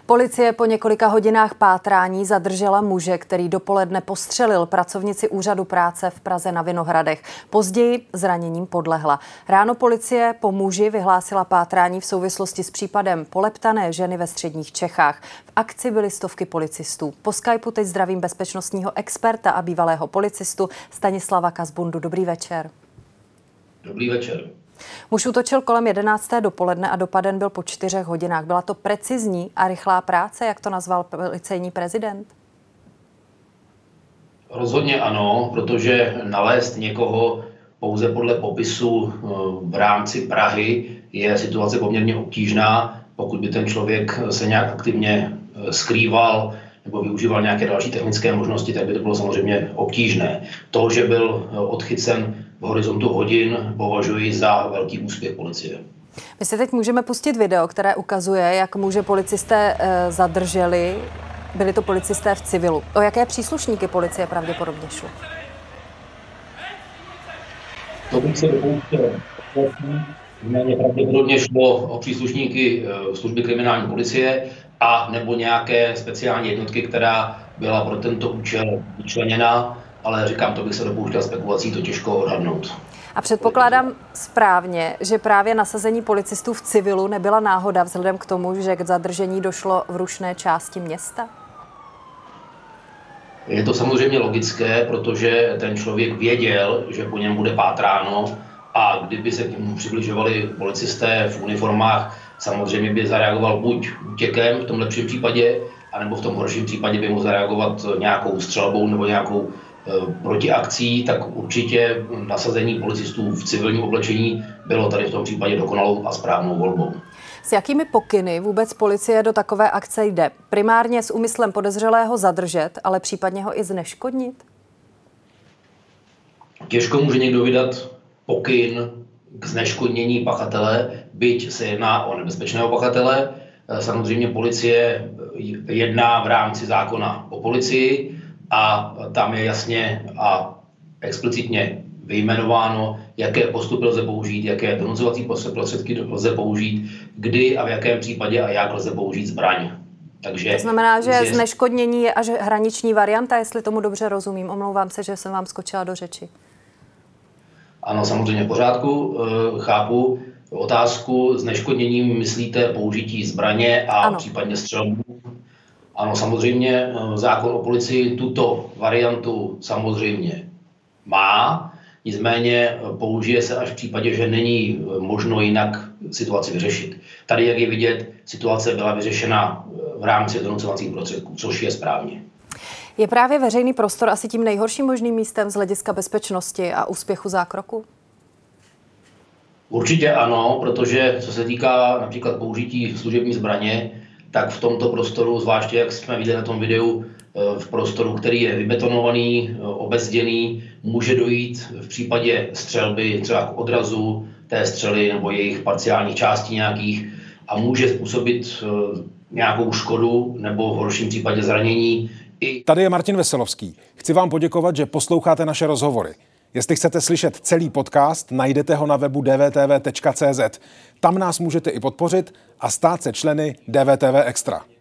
Policie po několika hodinách pátrání zadržela muže, který dopoledne postřelil pracovnici úřadu práce v Praze na Vinohradech. Později zraněním podlehla. Ráno policie po muži vyhlásila pátrání v souvislosti s případem poleptané ženy ve středních Čechách. V akci byly stovky policistů. Po Skypeu teď zdravím bezpečnostního experta a bývalého policistu Stanislava Kazbundu. Dobrý večer. Dobrý večer. Muž útočil kolem 11. dopoledne a dopaden byl po 4 hodinách. Byla to precizní a rychlá práce, jak to nazval policejní prezident? Rozhodně ano, protože nalézt někoho pouze podle popisu v rámci Prahy je situace poměrně obtížná. Pokud by ten člověk se nějak aktivně skrýval nebo využíval nějaké další technické možnosti, tak by to bylo samozřejmě obtížné. To, že byl odchycen v horizontu hodin, považuji za velký úspěch policie. My si teď můžeme pustit video, které ukazuje, jak muže policisté zadrželi. Byli to policisté v civilu. O jaké příslušníky policie pravděpodobně šlo? To bych se dopouštěl. Méně pravděpodobně šlo o příslušníky služby kriminální policie a nebo nějaké speciální jednotky, která byla pro tento účel vyčleněna, ale říkám, to bych se dopouštěl spekulací, to těžko odhadnout. A předpokládám správně, že právě nasazení policistů v civilu nebyla náhoda vzhledem k tomu, že k zadržení došlo v rušné části města? Je to samozřejmě logické, protože ten člověk věděl, že po něm bude pátráno a kdyby se k němu přibližovali policisté v uniformách, samozřejmě by zareagoval buď útěkem v tom lepším případě, anebo v tom horším případě by mohl zareagovat nějakou střelbou nebo nějakou protiakcí, tak určitě nasazení policistů v civilním oblečení bylo tady v tom případě dokonalou a správnou volbou. S jakými pokyny vůbec policie do takové akce jde? Primárně s úmyslem podezřelého zadržet, ale případně ho i zneškodnit? Těžko může někdo vydat pokyn k zneškodnění pachatele, byť se jedná o nebezpečného pachatele. Samozřejmě policie jedná v rámci zákona o policii a tam je jasně a explicitně vyjmenováno, jaké postupy lze použít, jaké donucovací prostředky lze použít, kdy a v jakém případě a jak lze použít zbraň. Takže to znamená, že zneškodnění je až hraniční varianta, jestli tomu dobře rozumím. Omlouvám se, že jsem vám skočila do řeči. Ano, samozřejmě v pořádku. Chápu otázku. Zneškodněním myslíte použití zbraně a ano. Případně střelbu? Ano, samozřejmě zákon o policii tuto variantu samozřejmě má, nicméně použije se až v případě, že není možno jinak situaci vyřešit. Tady, jak je vidět, situace byla vyřešena v rámci donucovacích prostředků, což je správně. Je právě veřejný prostor asi tím nejhorším možným místem z hlediska bezpečnosti a úspěchu zákroku? Určitě ano, protože co se týká například použití služební zbraně, tak v tomto prostoru, zvláště jak jsme viděli na tom videu, v prostoru, který je vybetonovaný, obezděný, může dojít v případě střelby třeba k odrazu té střely nebo jejich parciálních částí nějakých a může způsobit nějakou škodu nebo v horším případě zranění. Tady je Martin Veselovský. Chci vám poděkovat, že posloucháte naše rozhovory. Jestli chcete slyšet celý podcast, najdete ho na webu dvtv.cz. Tam nás můžete i podpořit a stát se členy DVTV Extra.